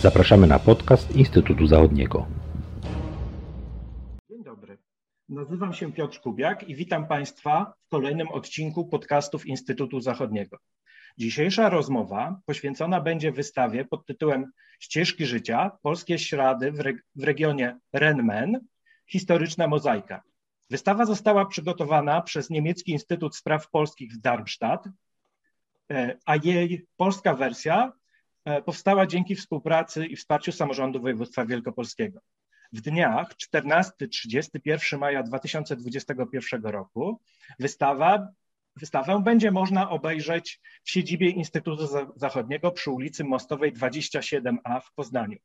Zapraszamy na podcast Instytutu Zachodniego. Dzień dobry. Nazywam się Piotr Kubiak i witam Państwa w kolejnym odcinku podcastów Instytutu Zachodniego. Dzisiejsza rozmowa poświęcona będzie wystawie pod tytułem Ścieżki życia – polskie ślady w regionie Rhein-Main – historyczna mozaika. Wystawa została przygotowana przez Niemiecki Instytut Spraw Polskich w Darmstadt, a jej polska wersja powstała dzięki współpracy i wsparciu samorządu województwa wielkopolskiego. W dniach 14-31 maja 2021 roku wystawę będzie można obejrzeć w siedzibie Instytutu Zachodniego przy ulicy Mostowej 27A w Poznaniu.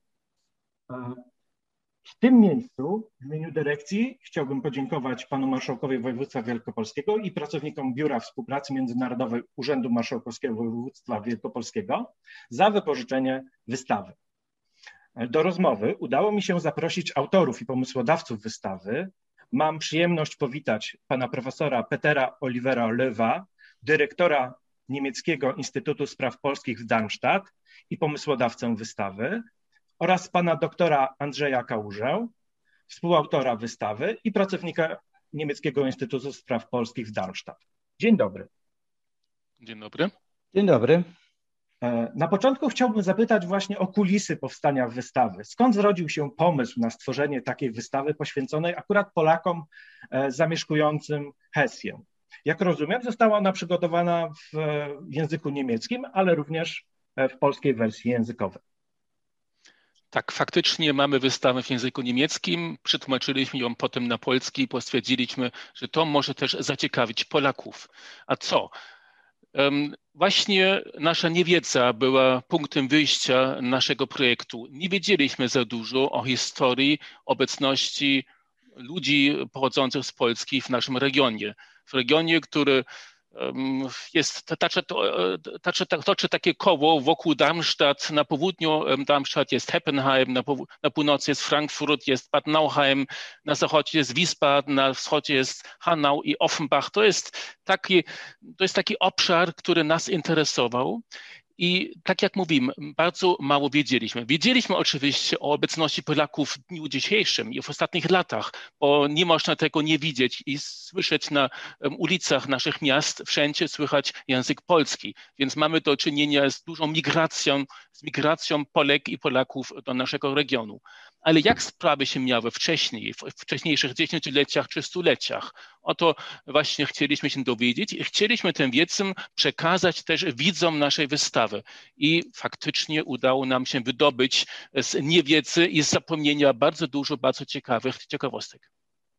W tym miejscu w imieniu dyrekcji chciałbym podziękować panu marszałkowi województwa wielkopolskiego i pracownikom Biura Współpracy Międzynarodowej Urzędu Marszałkowskiego Województwa Wielkopolskiego za wypożyczenie wystawy. Do rozmowy udało mi się zaprosić autorów i pomysłodawców wystawy. Mam przyjemność powitać pana profesora Petera Olivera Löwa, dyrektora Niemieckiego Instytutu Spraw Polskich w Darmstadt i pomysłodawcę wystawy, oraz pana doktora Andrzeja Kałużę, współautora wystawy i pracownika Niemieckiego Instytutu Spraw Polskich w Darmstadt. Dzień dobry. Dzień dobry. Dzień dobry. Na początku chciałbym zapytać właśnie o kulisy powstania wystawy. Skąd zrodził się pomysł na stworzenie takiej wystawy poświęconej akurat Polakom zamieszkującym Hesję? Jak rozumiem, została ona przygotowana w języku niemieckim, ale również w polskiej wersji językowej. Tak, faktycznie mamy wystawę w języku niemieckim, przetłumaczyliśmy ją potem na polski i stwierdziliśmy, że to może też zaciekawić Polaków. A co? Właśnie nasza niewiedza była punktem wyjścia naszego projektu. Nie wiedzieliśmy za dużo o historii, obecności ludzi pochodzących z Polski w naszym regionie. W regionie, który toczy takie koło wokół Darmstadt. Na południu Darmstadt jest Heppenheim, na północy jest Frankfurt, jest Bad Nauheim, na zachodzie jest Wiesbaden, na wschodzie jest Hanau i Offenbach. To jest taki obszar, który nas interesował. I tak jak mówimy, bardzo mało wiedzieliśmy. Wiedzieliśmy oczywiście o obecności Polaków w dniu dzisiejszym i w ostatnich latach, bo nie można tego nie widzieć i słyszeć na ulicach naszych miast, wszędzie słychać język polski. Więc mamy do czynienia z dużą migracją Polek i Polaków do naszego regionu. Ale jak sprawy się miały wcześniej, w wcześniejszych dziesięcioleciach czy stuleciach? O to właśnie chcieliśmy się dowiedzieć i chcieliśmy tę wiedzę przekazać też widzom naszej wystawy. I faktycznie udało nam się wydobyć z niewiedzy i z zapomnienia bardzo dużo bardzo ciekawych ciekawostek.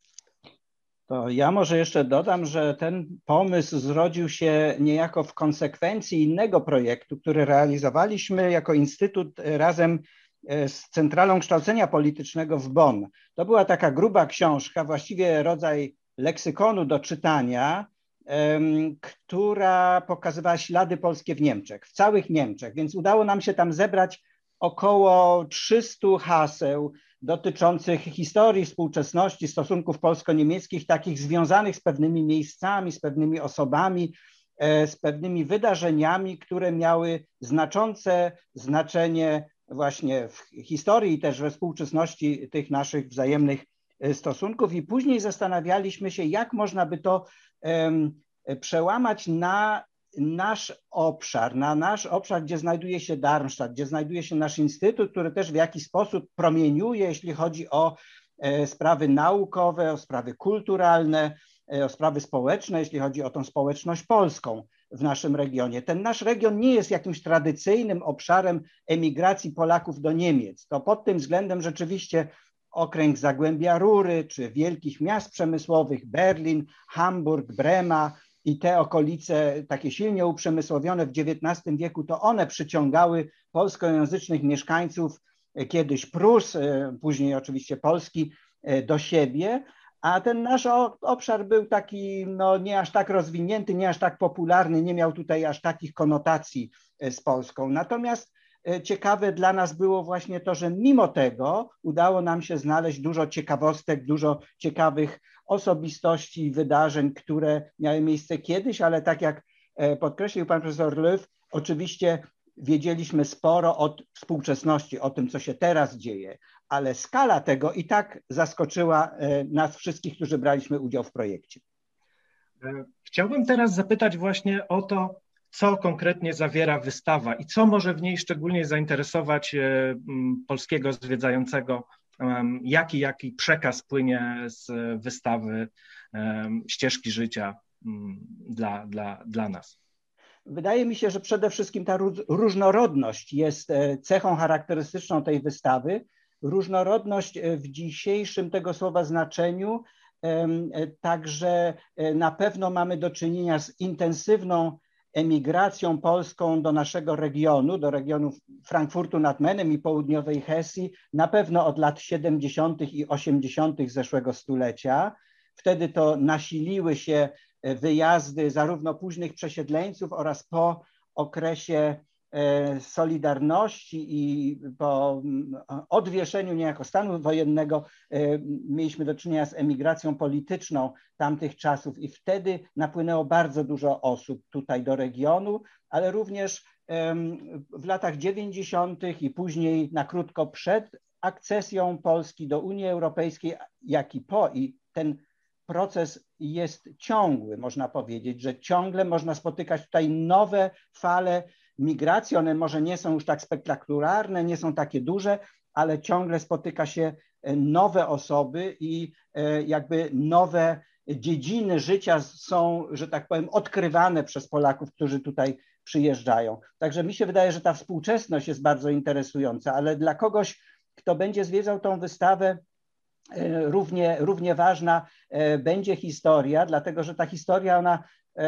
To ja może jeszcze dodam, że ten pomysł zrodził się niejako w konsekwencji innego projektu, który realizowaliśmy jako Instytut razem z Centralą Kształcenia Politycznego w Bonn. To była taka gruba książka, właściwie rodzaj leksykonu do czytania, która pokazywała ślady polskie w Niemczech, w całych Niemczech, więc udało nam się tam zebrać około 300 haseł dotyczących historii, współczesności, stosunków polsko-niemieckich, takich związanych z pewnymi miejscami, z pewnymi osobami, z pewnymi wydarzeniami, które miały znaczące znaczenie właśnie w historii i też we współczesności tych naszych wzajemnych stosunków. I później zastanawialiśmy się, jak można by to przełamać na nasz obszar, gdzie znajduje się Darmstadt, gdzie znajduje się nasz instytut, który też w jakiś sposób promieniuje, jeśli chodzi o sprawy naukowe, o sprawy kulturalne, o sprawy społeczne, jeśli chodzi o tą społeczność polską w naszym regionie. Ten nasz region nie jest jakimś tradycyjnym obszarem emigracji Polaków do Niemiec. To pod tym względem rzeczywiście okręg Zagłębia Rury, czy wielkich miast przemysłowych, Berlin, Hamburg, Brema i te okolice takie silnie uprzemysłowione w XIX wieku, to one przyciągały polskojęzycznych mieszkańców, kiedyś Prus, później oczywiście Polski, do siebie. A ten nasz obszar był taki nie aż tak rozwinięty, nie aż tak popularny, nie miał tutaj aż takich konotacji z Polską. Natomiast ciekawe dla nas było właśnie to, że mimo tego udało nam się znaleźć dużo ciekawostek, dużo ciekawych osobistości i wydarzeń, które miały miejsce kiedyś, ale tak jak podkreślił pan profesor Löw, oczywiście wiedzieliśmy sporo od współczesności, o tym, co się teraz dzieje, ale skala tego i tak zaskoczyła nas wszystkich, którzy braliśmy udział w projekcie. Chciałbym teraz zapytać właśnie o to, co konkretnie zawiera wystawa i co może w niej szczególnie zainteresować polskiego zwiedzającego, jaki przekaz płynie z wystawy Ścieżki życia dla nas. Wydaje mi się, że przede wszystkim ta różnorodność jest cechą charakterystyczną tej wystawy. Różnorodność w dzisiejszym tego słowa znaczeniu, także na pewno mamy do czynienia z intensywną emigracją polską do naszego regionu, do regionu Frankfurtu nad Menem i południowej Hesji, na pewno od lat 70. i 80. zeszłego stulecia. Wtedy to nasiliły się wyjazdy zarówno późnych przesiedleńców oraz po okresie Solidarności i po odwieszeniu niejako stanu wojennego mieliśmy do czynienia z emigracją polityczną tamtych czasów i wtedy napłynęło bardzo dużo osób tutaj do regionu, ale również w latach 90. i później na krótko przed akcesją Polski do Unii Europejskiej, jak i po. I ten proces jest ciągły, można powiedzieć, że ciągle można spotykać tutaj nowe fale migracji. One może nie są już tak spektakularne, nie są takie duże, ale ciągle spotyka się nowe osoby i jakby nowe dziedziny życia są, że tak powiem, odkrywane przez Polaków, którzy tutaj przyjeżdżają. Także mi się wydaje, że ta współczesność jest bardzo interesująca, ale dla kogoś, kto będzie zwiedzał tą wystawę, równie ważna będzie historia, dlatego że ta historia ona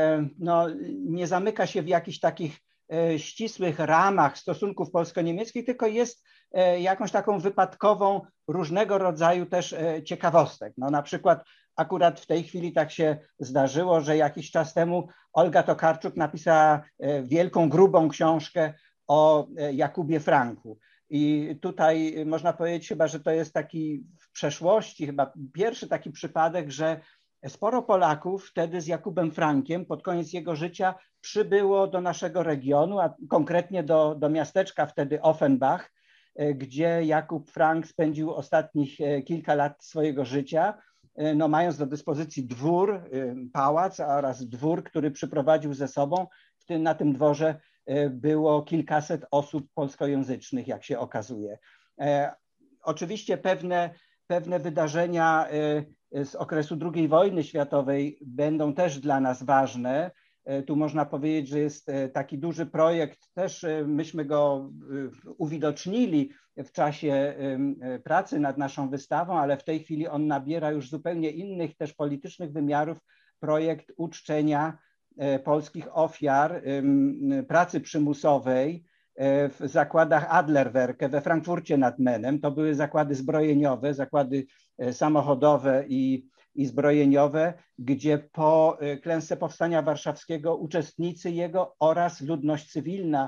nie zamyka się w jakichś takich ścisłych ramach stosunków polsko-niemieckich, tylko jest jakąś taką wypadkową różnego rodzaju też ciekawostek. No, na przykład akurat w tej chwili tak się zdarzyło, że jakiś czas temu Olga Tokarczuk napisała wielką, grubą książkę o Jakubie Franku. I tutaj można powiedzieć chyba, że to jest taki w przeszłości chyba pierwszy taki przypadek, że sporo Polaków wtedy z Jakubem Frankiem pod koniec jego życia przybyło do naszego regionu, a konkretnie do miasteczka wtedy Offenbach, gdzie Jakub Frank spędził ostatnich kilka lat swojego życia, no, mając do dyspozycji dwór, pałac oraz dwór, który przyprowadził ze sobą. Na tym dworze było kilkaset osób polskojęzycznych, jak się okazuje. Oczywiście pewne wydarzenia z okresu II wojny światowej będą też dla nas ważne. Tu można powiedzieć, że jest taki duży projekt, też myśmy go uwidocznili w czasie pracy nad naszą wystawą, ale w tej chwili on nabiera już zupełnie innych też politycznych wymiarów. Projekt uczczenia polskich ofiar pracy przymusowej w zakładach Adlerwerke we Frankfurcie nad Menem. To były zakłady zbrojeniowe, zakłady samochodowe i zbrojeniowe, gdzie po klęsce Powstania Warszawskiego uczestnicy jego oraz ludność cywilna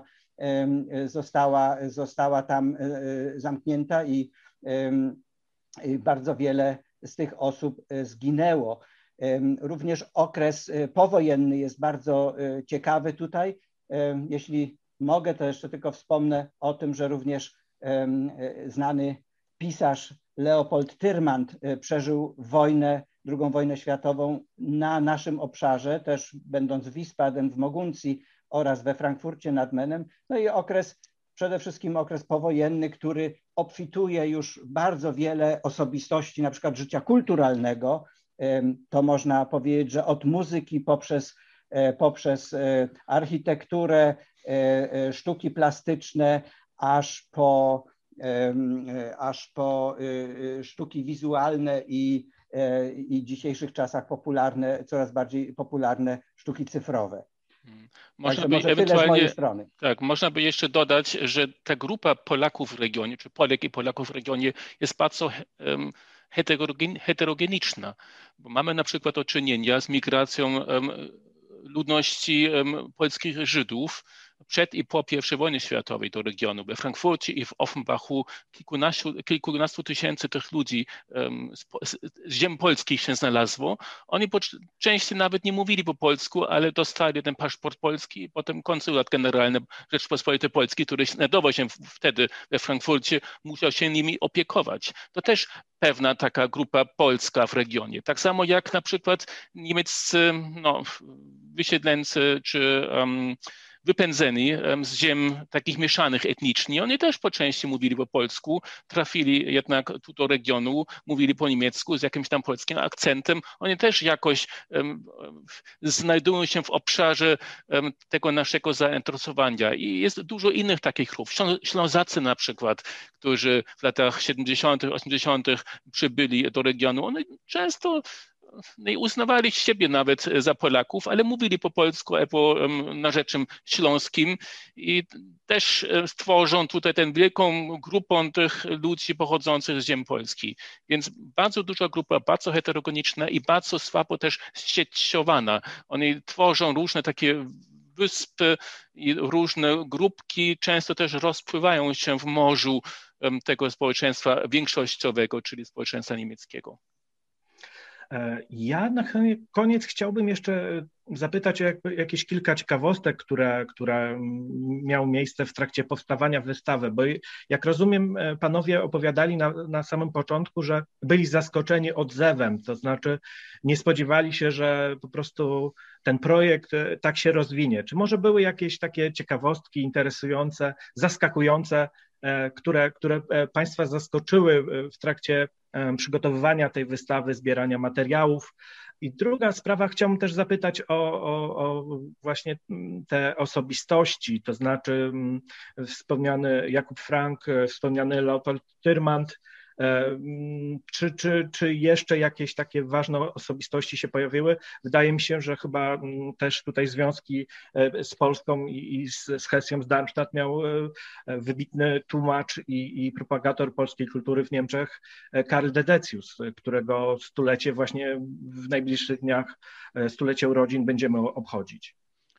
została tam zamknięta i bardzo wiele z tych osób zginęło. Również okres powojenny jest bardzo ciekawy tutaj. Jeśli mogę, to jeszcze tylko wspomnę o tym, że również znany pisarz Leopold Tyrmand przeżył II wojnę światową na naszym obszarze, też będąc w Wiesbaden, w Moguncji oraz we Frankfurcie nad Menem. No i przede wszystkim okres powojenny, który obfituje już bardzo wiele osobistości, na przykład życia kulturalnego. To można powiedzieć, że od muzyki poprzez architekturę, sztuki plastyczne, aż po sztuki wizualne i w dzisiejszych czasach coraz bardziej popularne sztuki cyfrowe. Można by ewentualnie, tak, można by jeszcze dodać, że ta grupa Polaków w regionie, czy Polek i Polaków w regionie jest bardzo heterogeniczna, bo mamy na przykład do czynienia z migracją ludności polskich Żydów przed i po I wojnie światowej do regionu. We Frankfurcie i w Offenbachu kilkunastu tysięcy tych ludzi z ziem polskich się znalazło. Oni po części nawet nie mówili po polsku, ale dostali ten paszport polski i potem konsulat generalny Rzeczpospolitej Polskiej, który znajdował się wtedy we Frankfurcie, musiał się nimi opiekować. To też pewna taka grupa polska w regionie. Tak samo jak na przykład niemieccy wysiedleńcy czy wypędzeni z ziem takich mieszanych etnicznie. Oni też po części mówili po polsku, trafili jednak tu do regionu, mówili po niemiecku z jakimś tam polskim akcentem. Oni też jakoś znajdują się w obszarze tego naszego zainteresowania. I jest dużo innych takich grup. Ślązacy na przykład, którzy w latach 70., 80. przybyli do regionu, oni często nie uznawali siebie nawet za Polaków, ale mówili po polsku albo narzeczym śląskim i też stworzą tutaj tę wielką grupę tych ludzi pochodzących z ziem Polski. Więc bardzo duża grupa, bardzo heterogeniczna i bardzo słabo też zsieciowana. Oni tworzą różne takie wyspy i różne grupki, często też rozpływają się w morzu tego społeczeństwa większościowego, czyli społeczeństwa niemieckiego. Ja na koniec chciałbym jeszcze zapytać o jakieś kilka ciekawostek, które miały miejsce w trakcie powstawania wystawy, bo jak rozumiem, panowie opowiadali na samym początku, że byli zaskoczeni odzewem, to znaczy nie spodziewali się, że po prostu ten projekt tak się rozwinie. Czy może były jakieś takie ciekawostki interesujące, zaskakujące, które państwa zaskoczyły w trakcie przygotowywania tej wystawy, zbierania materiałów? I druga sprawa, chciałbym też zapytać o właśnie te osobistości, to znaczy wspomniany Jakub Frank, wspomniany Leopold Tyrmand. Czy jeszcze jakieś takie ważne osobistości się pojawiły? Wydaje mi się, że chyba też tutaj związki z Polską i z Hesją z Darmstadt miał wybitny tłumacz i propagator polskiej kultury w Niemczech Karl Dedecius, którego stulecie właśnie w najbliższych dniach, stulecie urodzin będziemy obchodzić.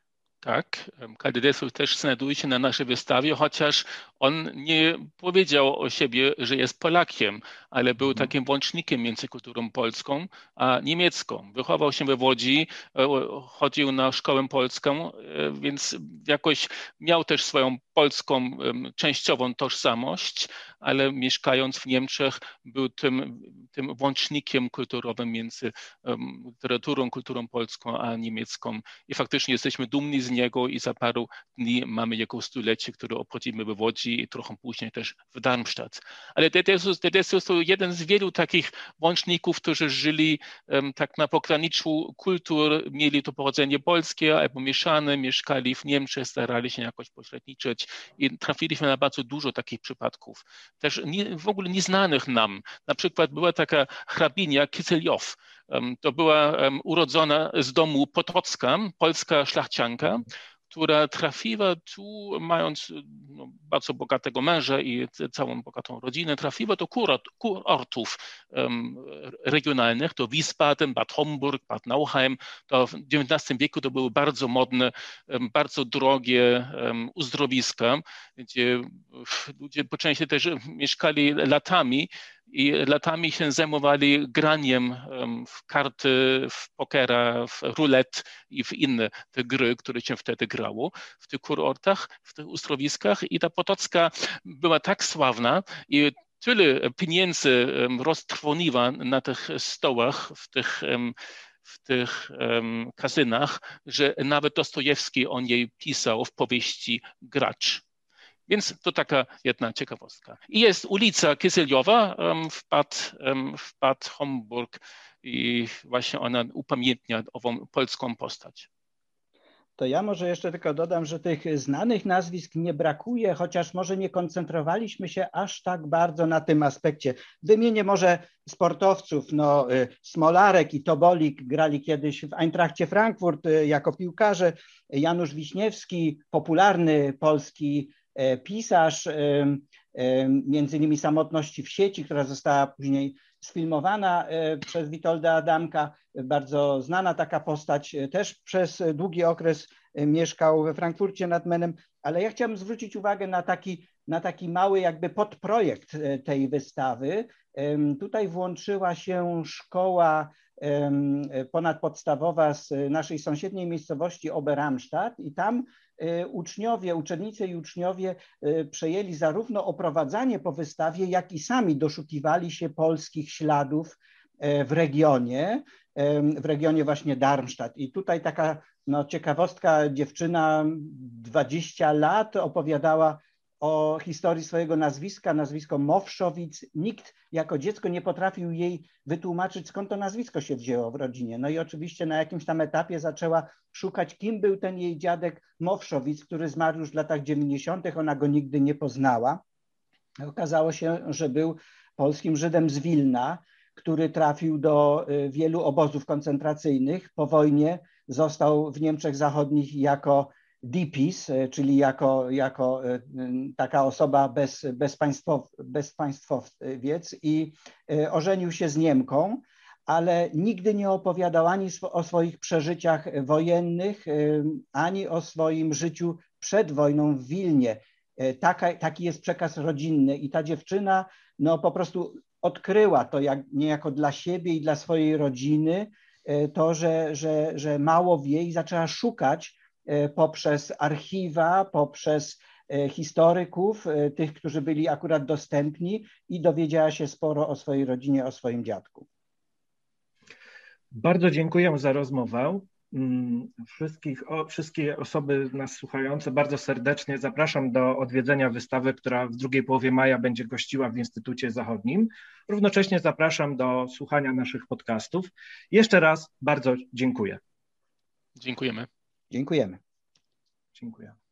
Tak, Karl Dedecius też znajduje się na naszej wystawie, chociaż on nie powiedział o siebie, że jest Polakiem, ale był takim łącznikiem między kulturą polską a niemiecką. Wychował się we Łodzi, chodził na szkołę polską, więc jakoś miał też swoją polską częściową tożsamość, ale mieszkając w Niemczech był tym łącznikiem kulturowym między literaturą, kulturą polską a niemiecką. I faktycznie jesteśmy dumni z niego i za paru dni mamy jego stulecie, które obchodzimy we Łodzi i trochę później też w Darmstadt. Ale Dedecius to jeden z wielu takich łączników, którzy żyli tak na pograniczu kultur, mieli to pochodzenie polskie albo mieszane, mieszkali w Niemczech, starali się jakoś pośredniczyć i trafiliśmy na bardzo dużo takich przypadków. Też w ogóle nieznanych nam. Na przykład była taka hrabinia Kiseljow. To była urodzona z domu Potocka, polska szlachcianka, która trafiła tu, mając bardzo bogatego męża i całą bogatą rodzinę, trafiła do kurortów regionalnych, do Wiesbaden, Bad Homburg, Bad Nauheim. To w XIX wieku to były bardzo modne, bardzo drogie uzdrowiska, gdzie ludzie po części też mieszkali latami i latami się zajmowali graniem w karty, w pokera, w roulette i w inne te gry, które się wtedy grało w tych kurortach, w tych uzdrowiskach. I ta Potocka była tak sławna i tyle pieniędzy roztrwoniła na tych stołach, w tych kasynach, że nawet Dostojewski o niej pisał w powieści Gracz. Więc to taka jedna ciekawostka. I jest ulica Kiseljowa w Bad Homburg i właśnie ona upamiętnia ową polską postać. To ja może jeszcze tylko dodam, że tych znanych nazwisk nie brakuje, chociaż może nie koncentrowaliśmy się aż tak bardzo na tym aspekcie. Wymienię może sportowców, Smolarek i Tobolik grali kiedyś w Eintrachcie Frankfurt jako piłkarze, Janusz Wiśniewski, popularny polski pisarz, między innymi Samotności w sieci, która została później sfilmowana przez Witolda Adamka, bardzo znana taka postać, też przez długi okres mieszkał we Frankfurcie nad Menem, ale ja chciałbym zwrócić uwagę na taki mały jakby podprojekt tej wystawy. Tutaj włączyła się szkoła ponadpodstawowa z naszej sąsiedniej miejscowości Oberamstadt i tam uczennice i uczniowie przejęli zarówno oprowadzanie po wystawie, jak i sami doszukiwali się polskich śladów w regionie właśnie Darmstadt. I tutaj taka ciekawostka, dziewczyna 20 lat opowiadała o historii swojego nazwiska, nazwisko Mowszowicz. Nikt jako dziecko nie potrafił jej wytłumaczyć, skąd to nazwisko się wzięło w rodzinie. No i oczywiście na jakimś tam etapie zaczęła szukać, kim był ten jej dziadek Mowszowicz, który zmarł już w latach 90. Ona go nigdy nie poznała. Okazało się, że był polskim Żydem z Wilna, który trafił do wielu obozów koncentracyjnych. Po wojnie został w Niemczech Zachodnich jako DPs, czyli jako taka osoba bezpaństwowiec i ożenił się z Niemką, ale nigdy nie opowiadał ani o swoich przeżyciach wojennych, ani o swoim życiu przed wojną w Wilnie. Taki jest przekaz rodzinny i ta dziewczyna po prostu odkryła to niejako dla siebie i dla swojej rodziny, to, że mało wie i zaczęła szukać poprzez archiwa, poprzez historyków, tych, którzy byli akurat dostępni i dowiedziała się sporo o swojej rodzinie, o swoim dziadku. Bardzo dziękuję za rozmowę. Wszystkie osoby nas słuchające bardzo serdecznie zapraszam do odwiedzenia wystawy, która w drugiej połowie maja będzie gościła w Instytucie Zachodnim. Równocześnie zapraszam do słuchania naszych podcastów. Jeszcze raz bardzo dziękuję. Dziękujemy. Dziękujemy. Dziękuję.